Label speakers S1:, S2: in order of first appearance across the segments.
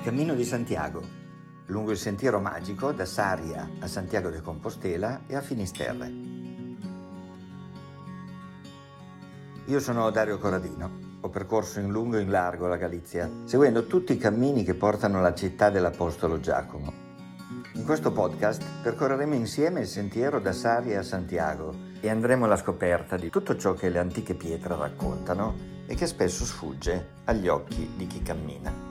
S1: Cammino di Santiago, lungo il sentiero magico da Sarria a Santiago de Compostela e a Finisterre. Io sono Dario Corradino, ho percorso in lungo e in largo la Galizia, seguendo tutti i cammini che portano alla città dell'Apostolo Giacomo. In questo podcast percorreremo insieme il sentiero da Sarria a Santiago e andremo alla scoperta di tutto ciò che le antiche pietre raccontano e che spesso sfugge agli occhi di chi cammina.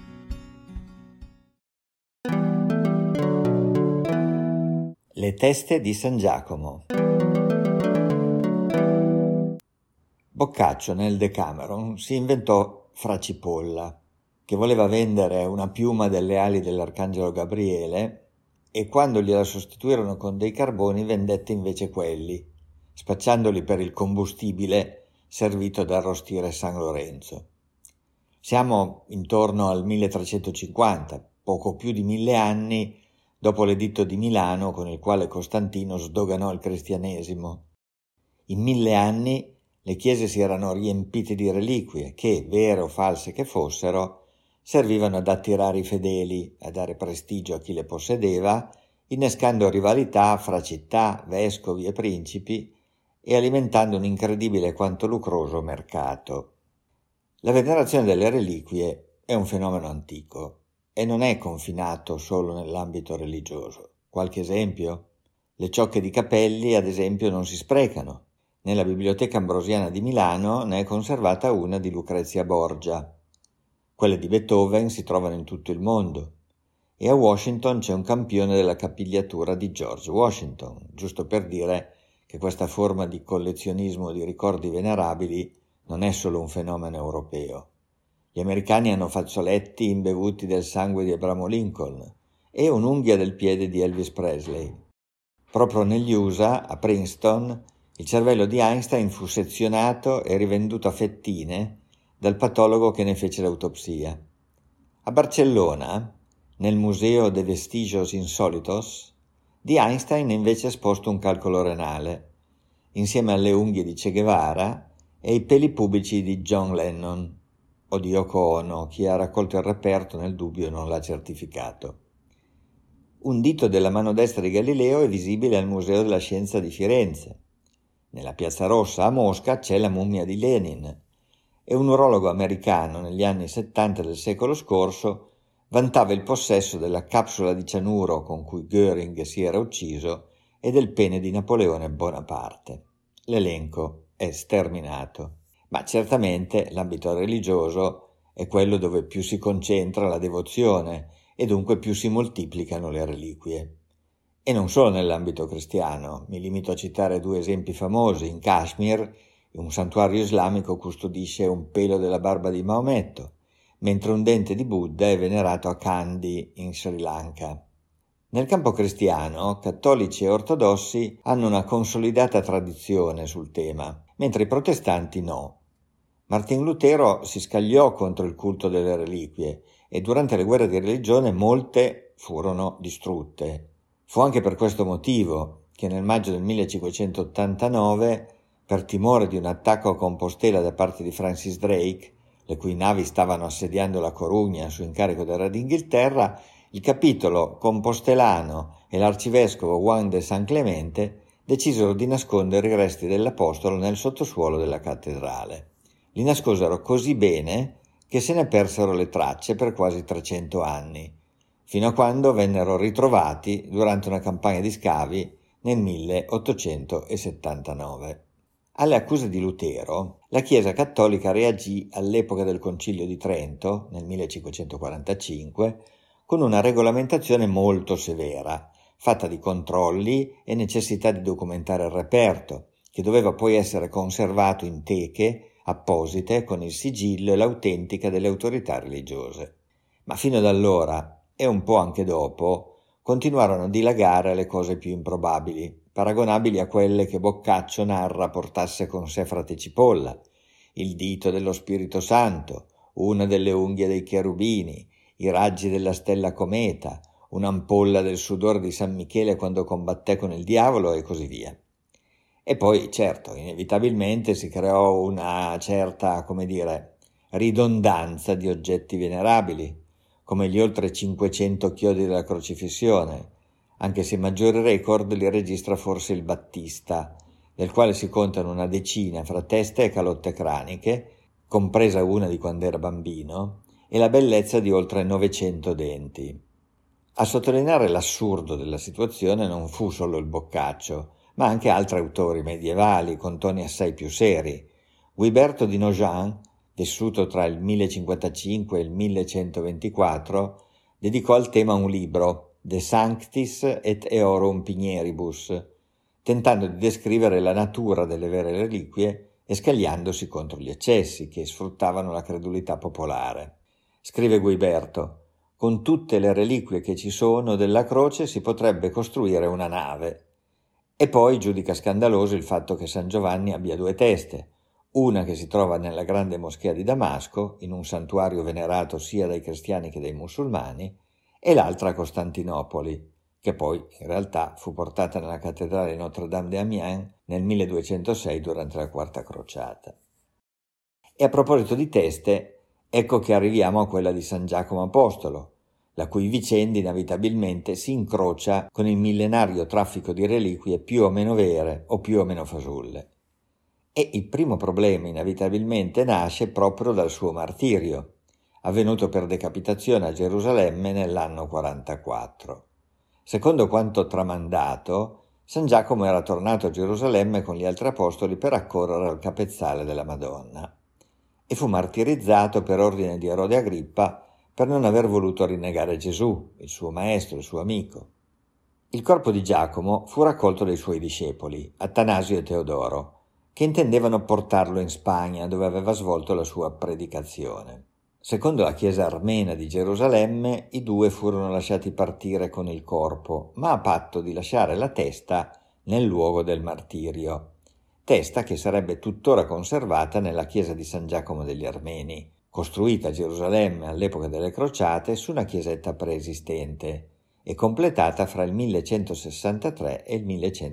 S1: Le teste di San Giacomo. Boccaccio nel Decameron si inventò Fra Cipolla, che voleva vendere una piuma delle ali dell'Arcangelo Gabriele e quando gliela sostituirono con dei carboni vendette invece quelli, spacciandoli per il combustibile servito ad arrostire San Lorenzo. Siamo intorno al 1350, poco più di 1000 anni dopo l'editto di Milano con il quale Costantino sdoganò il cristianesimo. In 1000 anni le chiese si erano riempite di reliquie che, vere o false che fossero, servivano ad attirare i fedeli, a dare prestigio a chi le possedeva, innescando rivalità fra città, vescovi e principi e alimentando un incredibile quanto lucroso mercato. La venerazione delle reliquie è un fenomeno antico e non è confinato solo nell'ambito religioso. Qualche esempio? Le ciocche di capelli, ad esempio, non si sprecano. Nella Biblioteca Ambrosiana di Milano ne è conservata una di Lucrezia Borgia. Quelle di Beethoven si trovano in tutto il mondo. E a Washington c'è un campione della capigliatura di George Washington, giusto per dire che questa forma di collezionismo di ricordi venerabili non è solo un fenomeno europeo. Gli americani hanno fazzoletti imbevuti del sangue di Abramo Lincoln e un'unghia del piede di Elvis Presley. Proprio negli USA, a Princeton, il cervello di Einstein fu sezionato e rivenduto a fettine dal patologo che ne fece l'autopsia. A Barcellona, nel Museo de Vestigios Insólitos, di Einstein è invece esposto un calcolo renale, insieme alle unghie di Che Guevara e i peli pubici di John Lennon, o di Yoko Ono, chi ha raccolto il reperto nel dubbio non l'ha certificato. Un dito della mano destra di Galileo è visibile al Museo della Scienza di Firenze. Nella Piazza Rossa a Mosca c'è la mummia di Lenin e un urologo americano negli anni 70 del secolo scorso vantava il possesso della capsula di cianuro con cui Göring si era ucciso e del pene di Napoleone Bonaparte. L'elenco è sterminato. Ma certamente l'ambito religioso è quello dove più si concentra la devozione e dunque più si moltiplicano le reliquie. E non solo nell'ambito cristiano, mi limito a citare 2 esempi famosi. In Kashmir, un santuario islamico custodisce un pelo della barba di Maometto, mentre un dente di Buddha è venerato a Kandy, in Sri Lanka. Nel campo cristiano, cattolici e ortodossi hanno una consolidata tradizione sul tema, mentre i protestanti no. Martin Lutero si scagliò contro il culto delle reliquie e durante le guerre di religione molte furono distrutte. Fu anche per questo motivo che nel maggio del 1589, per timore di un attacco a Compostela da parte di Francis Drake, le cui navi stavano assediando la Corugna su incarico del re d'Inghilterra, il capitolo compostelano e l'arcivescovo Juan de San Clemente decisero di nascondere i resti dell'apostolo nel sottosuolo della cattedrale. Li nascosero così bene che se ne persero le tracce per quasi 300 anni, fino a quando vennero ritrovati durante una campagna di scavi nel 1879. Alle accuse di Lutero, la Chiesa cattolica reagì all'epoca del Concilio di Trento, nel 1545, con una regolamentazione molto severa, fatta di controlli e necessità di documentare il reperto, che doveva poi essere conservato in teche apposite con il sigillo e l'autentica delle autorità religiose. Ma fino ad allora, e un po' anche dopo, continuarono a dilagare le cose più improbabili, paragonabili a quelle che Boccaccio narra portasse con sé frate Cipolla: il dito dello Spirito Santo, una delle unghie dei cherubini, i raggi della stella cometa, un'ampolla del sudore di San Michele quando combatté con il diavolo e così via. E poi, certo, inevitabilmente si creò una certa, ridondanza di oggetti venerabili, come gli oltre 500 chiodi della crocifissione, anche se i maggiori record li registra forse il Battista, del quale si contano una decina fra teste e calotte craniche, compresa una di quando era bambino, e la bellezza di oltre 900 denti. A sottolineare l'assurdo della situazione non fu solo il Boccaccio, ma anche altri autori medievali con toni assai più seri. Guiberto di Nogent, vissuto tra il 1055 e il 1124, dedicò al tema un libro, De Sanctis et Eorum Pinieribus, tentando di descrivere la natura delle vere reliquie e scagliandosi contro gli eccessi che sfruttavano la credulità popolare. Scrive Guiberto: con tutte le reliquie che ci sono della croce si potrebbe costruire una nave. E poi giudica scandaloso il fatto che San Giovanni abbia due teste, una che si trova nella grande moschea di Damasco, in un santuario venerato sia dai cristiani che dai musulmani, e l'altra a Costantinopoli, che poi in realtà fu portata nella cattedrale Notre-Dame de Amiens nel 1206 durante la Quarta Crociata. E a proposito di teste, ecco che arriviamo a quella di San Giacomo Apostolo, la cui vicenda inevitabilmente si incrocia con il millenario traffico di reliquie più o meno vere o più o meno fasulle. E il primo problema inevitabilmente nasce proprio dal suo martirio, avvenuto per decapitazione a Gerusalemme nell'anno 44. Secondo quanto tramandato, San Giacomo era tornato a Gerusalemme con gli altri apostoli per accorrere al capezzale della Madonna e fu martirizzato per ordine di Erode Agrippa per non aver voluto rinnegare Gesù, il suo maestro, il suo amico. Il corpo di Giacomo fu raccolto dai suoi discepoli, Attanasio e Teodoro, che intendevano portarlo in Spagna, dove aveva svolto la sua predicazione. Secondo la chiesa armena di Gerusalemme, i due furono lasciati partire con il corpo, ma a patto di lasciare la testa nel luogo del martirio, testa che sarebbe tuttora conservata nella chiesa di San Giacomo degli Armeni, costruita a Gerusalemme all'epoca delle crociate su una chiesetta preesistente e completata fra il 1163 e il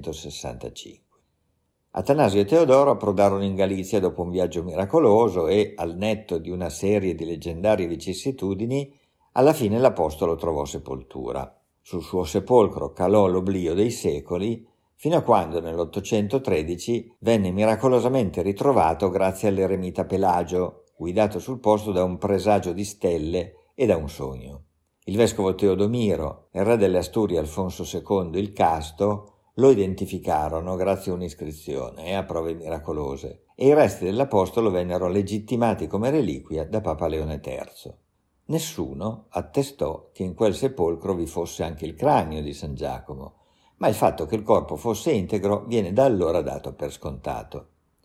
S1: 1165. Atanasio e Teodoro approdarono in Galizia dopo un viaggio miracoloso e, al netto di una serie di leggendarie vicissitudini, alla fine l'apostolo trovò sepoltura. Sul suo sepolcro calò l'oblio dei secoli, fino a quando nell'813 venne miracolosamente ritrovato grazie all'eremita Pelagio, guidato sul posto da un presagio di stelle e da un sogno. Il vescovo Teodomiro e il re delle Asturie Alfonso II il Casto lo identificarono grazie a un'iscrizione e a prove miracolose, e i resti dell'apostolo vennero legittimati come reliquia da Papa Leone III. Nessuno attestò che in quel sepolcro vi fosse anche il cranio di San Giacomo, ma il fatto che il corpo fosse integro viene da allora dato per scontato.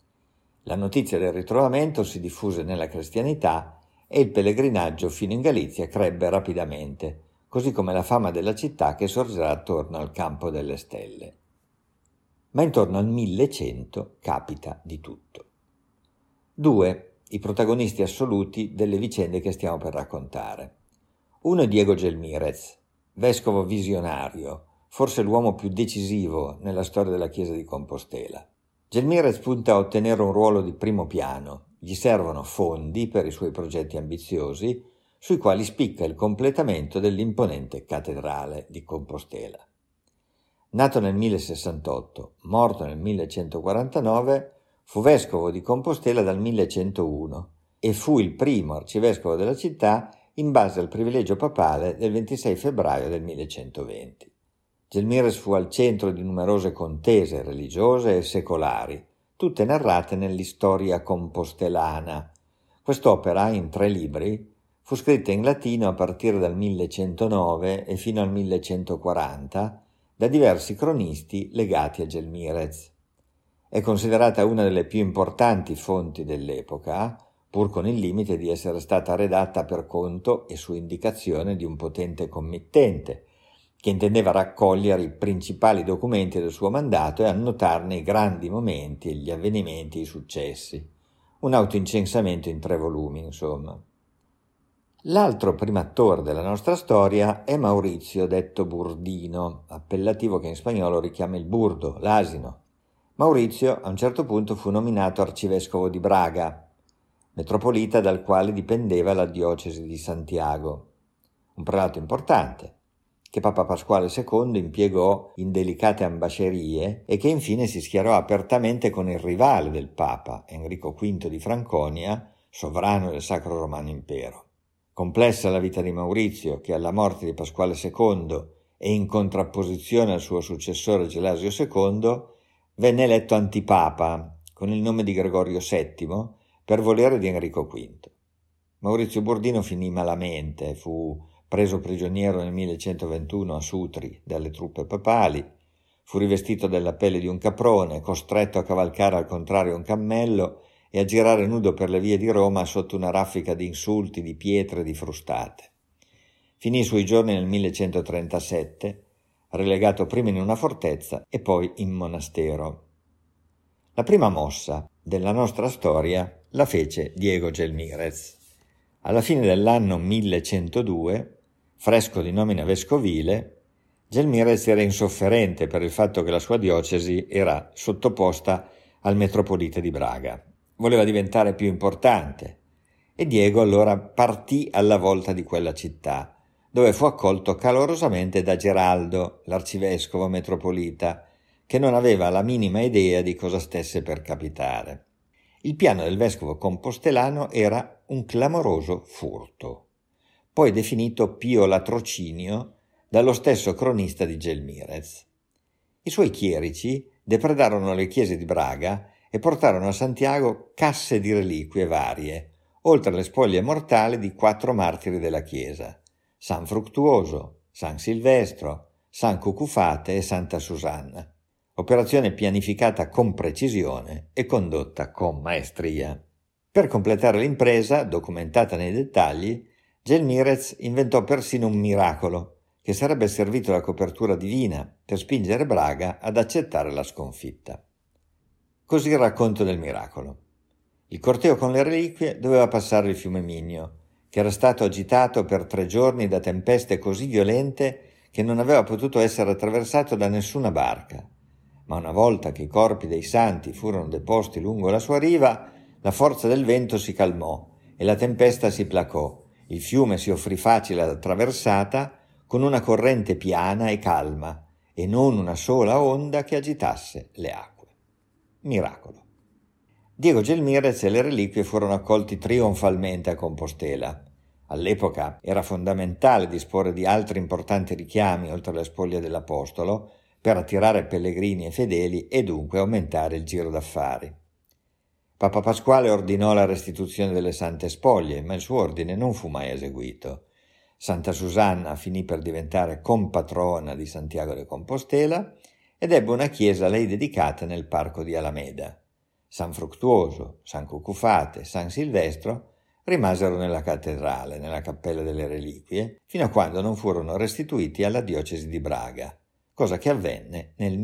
S1: La notizia del ritrovamento si diffuse nella cristianità e il pellegrinaggio fino in Galizia crebbe rapidamente, così come la fama della città che sorgerà attorno al Campo delle Stelle. Ma intorno al 1100 capita di tutto. 2. I protagonisti assoluti delle vicende che stiamo per raccontare. Uno è Diego Gelmírez, vescovo visionario, forse l'uomo più decisivo nella storia della Chiesa di Compostela. Gelmírez punta a ottenere un ruolo di primo piano, gli servono fondi per i suoi progetti ambiziosi, sui quali spicca il completamento dell'imponente cattedrale di Compostela. Nato nel 1068, morto nel 1149, fu vescovo di Compostela dal 1101 e fu il primo arcivescovo della città in base al privilegio papale del 26 febbraio del 1120. Gelmírez fu al centro di numerose contese religiose e secolari, tutte narrate nell'Historia Compostelana. Quest'opera, in 3 libri, fu scritta in latino a partire dal 1109 e fino al 1140 da diversi cronisti legati a Gelmírez. È considerata una delle più importanti fonti dell'epoca, pur con il limite di essere stata redatta per conto e su indicazione di un potente committente, che intendeva raccogliere i principali documenti del suo mandato e annotarne i grandi momenti, gli avvenimenti e i successi. Un autoincensamento in 3 volumi, insomma. L'altro primo attore della nostra storia è Maurizio, detto Burdino, appellativo che in spagnolo richiama il burdo, l'asino. Maurizio a un certo punto fu nominato arcivescovo di Braga, metropolita dal quale dipendeva la diocesi di Santiago. un prelato importante, che Papa Pasquale II impiegò in delicate ambascerie e che infine si schierò apertamente con il rivale del Papa, Enrico V di Franconia, sovrano del Sacro Romano Impero. Complessa la vita di Maurizio, che alla morte di Pasquale II e in contrapposizione al suo successore Gelasio II, venne eletto antipapa con il nome di Gregorio VII per volere di Enrico V. Maurizio Burdino finì malamente, fu preso prigioniero nel 1121 a Sutri dalle truppe papali, fu rivestito della pelle di un caprone, costretto a cavalcare al contrario un cammello e a girare nudo per le vie di Roma sotto una raffica di insulti, di pietre e di frustate. Finì i suoi giorni nel 1137, relegato prima in una fortezza e poi in monastero. La prima mossa della nostra storia la fece Diego Gelmírez. Alla fine dell'anno 1102, fresco di nomina vescovile, Gelmírez era insofferente per il fatto che la sua diocesi era sottoposta al metropolita di Braga. Voleva diventare più importante e Diego allora partì alla volta di quella città, dove fu accolto calorosamente da Geraldo, l'arcivescovo metropolita, che non aveva la minima idea di cosa stesse per capitare. Il piano del vescovo compostelano era un clamoroso furto, poi definito pio latrocinio dallo stesso cronista di Gelmírez. I suoi chierici depredarono le chiese di Braga e portarono a Santiago casse di reliquie varie, oltre alle spoglie mortali di 4 martiri della Chiesa, San Fructuoso, San Silvestro, San Cucufate e Santa Susanna. Operazione pianificata con precisione e condotta con maestria. Per completare l'impresa, documentata nei dettagli, Gelmírez inventò persino un miracolo che sarebbe servito da copertura divina per spingere Braga ad accettare la sconfitta. Così il racconto del miracolo. Il corteo con le reliquie doveva passare il fiume Minio, che era stato agitato per 3 giorni da tempeste così violente che non aveva potuto essere attraversato da nessuna barca. Ma una volta che i corpi dei santi furono deposti lungo la sua riva, la forza del vento si calmò e la tempesta si placò. Il fiume si offrì facile alla traversata con una corrente piana e calma e non una sola onda che agitasse le acque. Miracolo. Diego Gelmírez e le reliquie furono accolti trionfalmente a Compostela. All'epoca era fondamentale disporre di altri importanti richiami oltre le spoglie dell'Apostolo per attirare pellegrini e fedeli e dunque aumentare il giro d'affari. Papa Pasquale ordinò la restituzione delle sante spoglie, ma il suo ordine non fu mai eseguito. Santa Susanna finì per diventare compatrona di Santiago de Compostela ed ebbe una chiesa a lei dedicata nel parco di Alameda. San Fructuoso, San Cucufate e San Silvestro rimasero nella cattedrale, nella cappella delle reliquie, fino a quando non furono restituiti alla diocesi di Braga, cosa che avvenne nel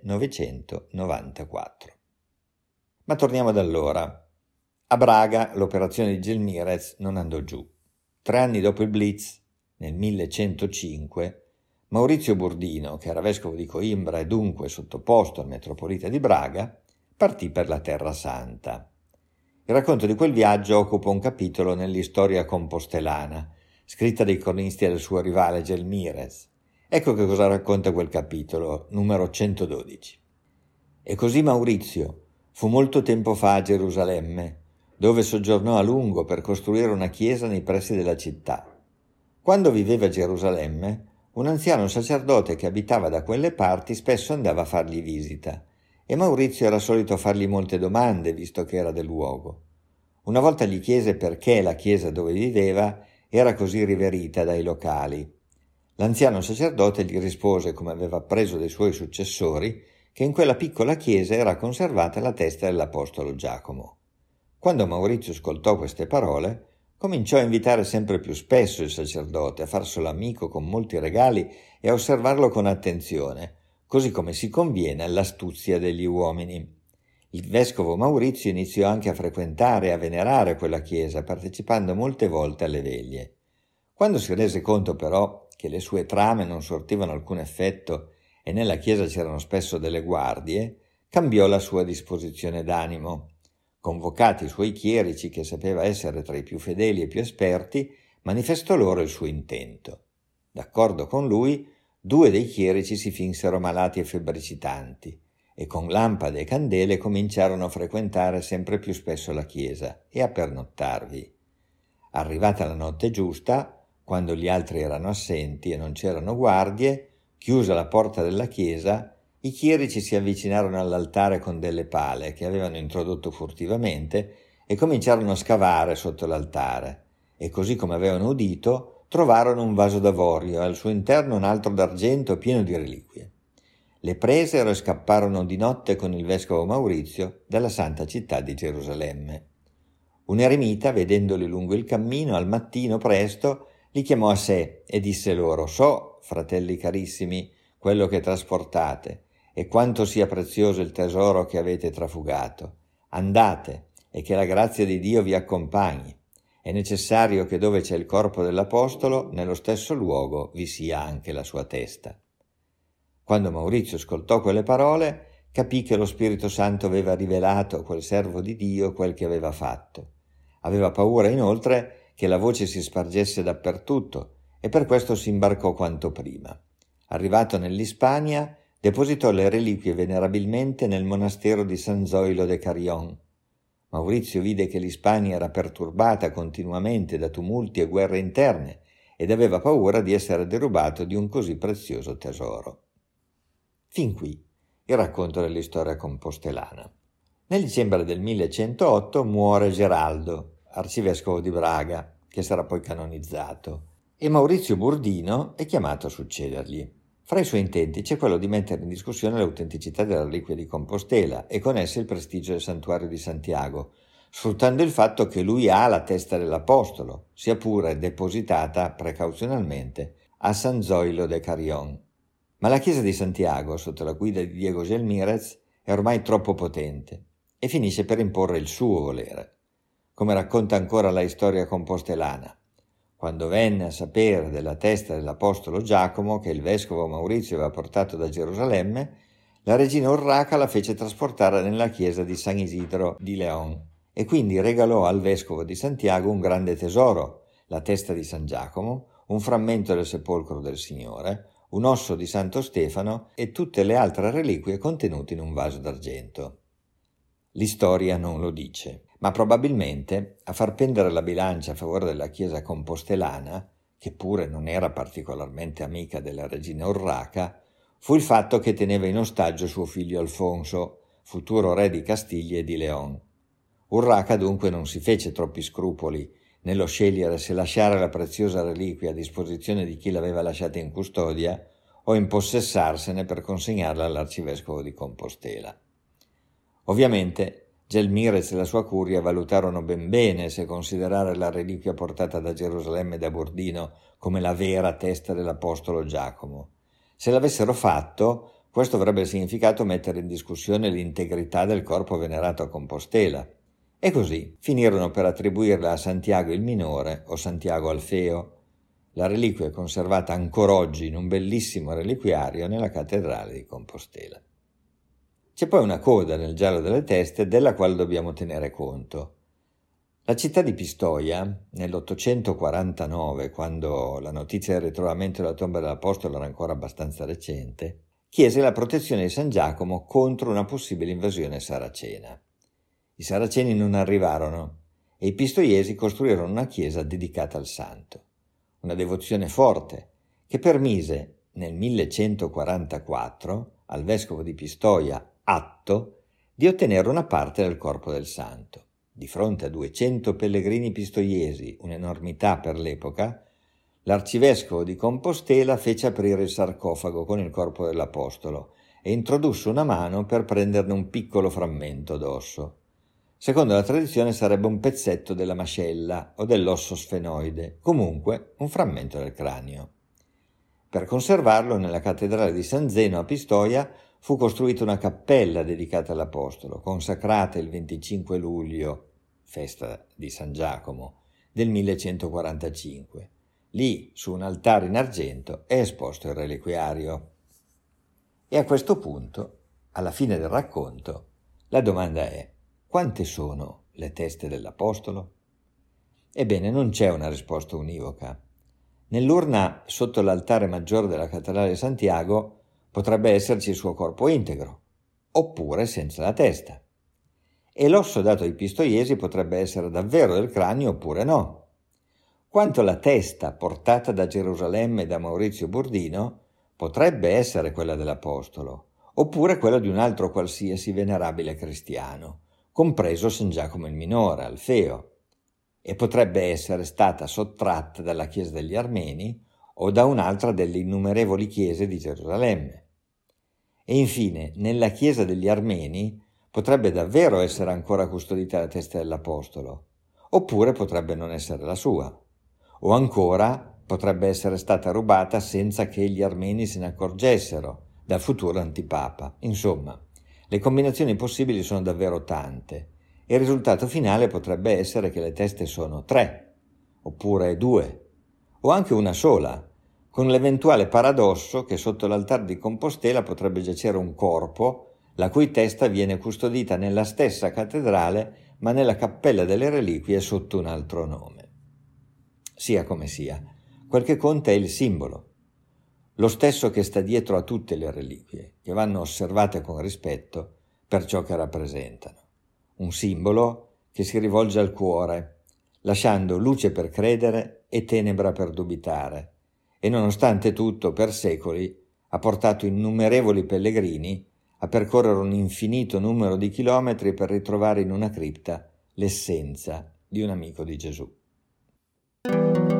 S1: 1994. Ma torniamo ad allora. A Braga l'operazione di Gelmírez non andò giù. 3 anni dopo il Blitz, nel 1105, Maurizio Burdino, che era vescovo di Coimbra e dunque sottoposto al metropolita di Braga, partì per la Terra Santa. Il racconto di quel viaggio occupa un capitolo nell'Historia Compostelana, scritta dai cronisti del suo rivale Gelmírez. Ecco che cosa racconta quel capitolo, numero 112. E così Maurizio fu molto tempo fa a Gerusalemme, dove soggiornò a lungo per costruire una chiesa nei pressi della città. Quando viveva a Gerusalemme, un anziano sacerdote che abitava da quelle parti spesso andava a fargli visita, e Maurizio era solito fargli molte domande, visto che era del luogo. Una volta gli chiese perché la chiesa dove viveva era così riverita dai locali. L'anziano sacerdote gli rispose, come aveva appreso dai suoi successori, che in quella piccola chiesa era conservata la testa dell'apostolo Giacomo. Quando Maurizio ascoltò queste parole, cominciò a invitare sempre più spesso il sacerdote, a farselo amico con molti regali e a osservarlo con attenzione, così come si conviene all'astuzia degli uomini. Il vescovo Maurizio iniziò anche a frequentare e a venerare quella chiesa, partecipando molte volte alle veglie. Quando si rese conto però che le sue trame non sortivano alcun effetto e nella chiesa c'erano spesso delle guardie, cambiò la sua disposizione d'animo. Convocati i suoi chierici, che sapeva essere tra i più fedeli e più esperti, manifestò loro il suo intento. D'accordo con lui, 2 dei chierici si finsero malati e febbricitanti e con lampade e candele cominciarono a frequentare sempre più spesso la chiesa e a pernottarvi. Arrivata la notte giusta, quando gli altri erano assenti e non c'erano guardie, chiusa la porta della chiesa, i chierici si avvicinarono all'altare con delle pale che avevano introdotto furtivamente e cominciarono a scavare sotto l'altare e, così come avevano udito, trovarono un vaso d'avorio e al suo interno un altro d'argento pieno di reliquie. Le presero e scapparono di notte con il vescovo Maurizio dalla santa città di Gerusalemme. Un eremita, vedendoli lungo il cammino, al mattino presto li chiamò a sé e disse loro: «So, fratelli carissimi, quello che trasportate e quanto sia prezioso il tesoro che avete trafugato. Andate e che la grazia di Dio vi accompagni. È necessario che dove c'è il corpo dell'Apostolo, nello stesso luogo vi sia anche la sua testa». Quando Maurizio ascoltò quelle parole, capì che lo Spirito Santo aveva rivelato a quel servo di Dio quel che aveva fatto. Aveva paura inoltre che la voce si spargesse dappertutto e per questo si imbarcò quanto prima. Arrivato nell'Ispania, depositò le reliquie venerabilmente nel monastero di San Zoilo de Carrión. Maurizio vide che l'Ispania era perturbata continuamente da tumulti e guerre interne ed aveva paura di essere derubato di un così prezioso tesoro. Fin qui il racconto dell'istoria compostelana. Nel dicembre del 1108 muore Geraldo, arcivescovo di Braga, che sarà poi canonizzato, e Maurizio Burdino è chiamato a succedergli. Fra i suoi intenti c'è quello di mettere in discussione l'autenticità della reliquia di Compostela e con essa il prestigio del santuario di Santiago, sfruttando il fatto che lui ha la testa dell'Apostolo, sia pure depositata precauzionalmente a San Zoilo de Carrión. Ma la chiesa di Santiago, sotto la guida di Diego Gelmírez, è ormai troppo potente e finisce per imporre il suo volere. Come racconta ancora la storia compostelana, quando venne a sapere della testa dell'Apostolo Giacomo che il vescovo Maurizio aveva portato da Gerusalemme, la regina Urraca la fece trasportare nella chiesa di San Isidro di León e quindi regalò al vescovo di Santiago un grande tesoro, la testa di San Giacomo, un frammento del sepolcro del Signore, un osso di Santo Stefano e tutte le altre reliquie contenute in un vaso d'argento. L'istoria non lo dice, ma probabilmente a far pendere la bilancia a favore della chiesa compostelana, che pure non era particolarmente amica della regina Urraca, fu il fatto che teneva in ostaggio suo figlio Alfonso, futuro re di Castiglia e di León. Urraca dunque non si fece troppi scrupoli nello scegliere se lasciare la preziosa reliquia a disposizione di chi l'aveva lasciata in custodia o impossessarsene per consegnarla all'arcivescovo di Compostela. Ovviamente Gelmírez e la sua curia valutarono ben bene se considerare la reliquia portata da Gerusalemme e da Burdino come la vera testa dell'Apostolo Giacomo. Se l'avessero fatto, questo avrebbe significato mettere in discussione l'integrità del corpo venerato a Compostela. E così finirono per attribuirla a Santiago il Minore o Santiago Alfeo. La reliquia è conservata ancora oggi in un bellissimo reliquiario nella cattedrale di Compostela. C'è poi una coda nel giallo delle teste della quale dobbiamo tenere conto. La città di Pistoia, nell'849, quando la notizia del ritrovamento della tomba dell'Apostolo era ancora abbastanza recente, chiese la protezione di San Giacomo contro una possibile invasione saracena. I saraceni non arrivarono e i pistoiesi costruirono una chiesa dedicata al santo. Una devozione forte che permise nel 1144 al vescovo di Pistoia, Atto, di ottenere una parte del corpo del santo. Di fronte a 200 pellegrini pistoiesi, un'enormità per l'epoca, l'arcivescovo di Compostela fece aprire il sarcofago con il corpo dell'Apostolo e introdusse una mano per prenderne un piccolo frammento d'osso. Secondo la tradizione sarebbe un pezzetto della mascella o dell'osso sfenoide, comunque un frammento del cranio. Per conservarlo, nella cattedrale di San Zeno a Pistoia fu costruita una cappella dedicata all'Apostolo, consacrata il 25 luglio, festa di San Giacomo, del 1145. Lì, su un altare in argento, è esposto il reliquiario. E a questo punto, alla fine del racconto, la domanda è: quante sono le teste dell'Apostolo? Ebbene, non c'è una risposta univoca. Nell'urna sotto l'altare maggiore della cattedrale di Santiago potrebbe esserci il suo corpo integro, oppure senza la testa. E l'osso dato ai pistoiesi potrebbe essere davvero del cranio oppure no. Quanto alla testa portata da Gerusalemme da Maurizio Burdino, potrebbe essere quella dell'Apostolo, oppure quella di un altro qualsiasi venerabile cristiano, compreso San Giacomo il Minore, Alfeo, e potrebbe essere stata sottratta dalla chiesa degli Armeni o da un'altra delle innumerevoli chiese di Gerusalemme. E infine, nella chiesa degli Armeni potrebbe davvero essere ancora custodita la testa dell'Apostolo, oppure potrebbe non essere la sua, o ancora potrebbe essere stata rubata senza che gli armeni se ne accorgessero dal futuro antipapa. Insomma, le combinazioni possibili sono davvero tante e il risultato finale potrebbe essere che le teste sono 3, oppure 2, o anche una sola, con l'eventuale paradosso che sotto l'altare di Compostela potrebbe giacere un corpo la cui testa viene custodita nella stessa cattedrale ma nella cappella delle reliquie sotto un altro nome. Sia come sia, quel che conta è il simbolo, lo stesso che sta dietro a tutte le reliquie, che vanno osservate con rispetto per ciò che rappresentano. Un simbolo che si rivolge al cuore, lasciando luce per credere e tenebra per dubitare, e nonostante tutto per secoli ha portato innumerevoli pellegrini a percorrere un infinito numero di chilometri per ritrovare in una cripta l'essenza di un amico di Gesù.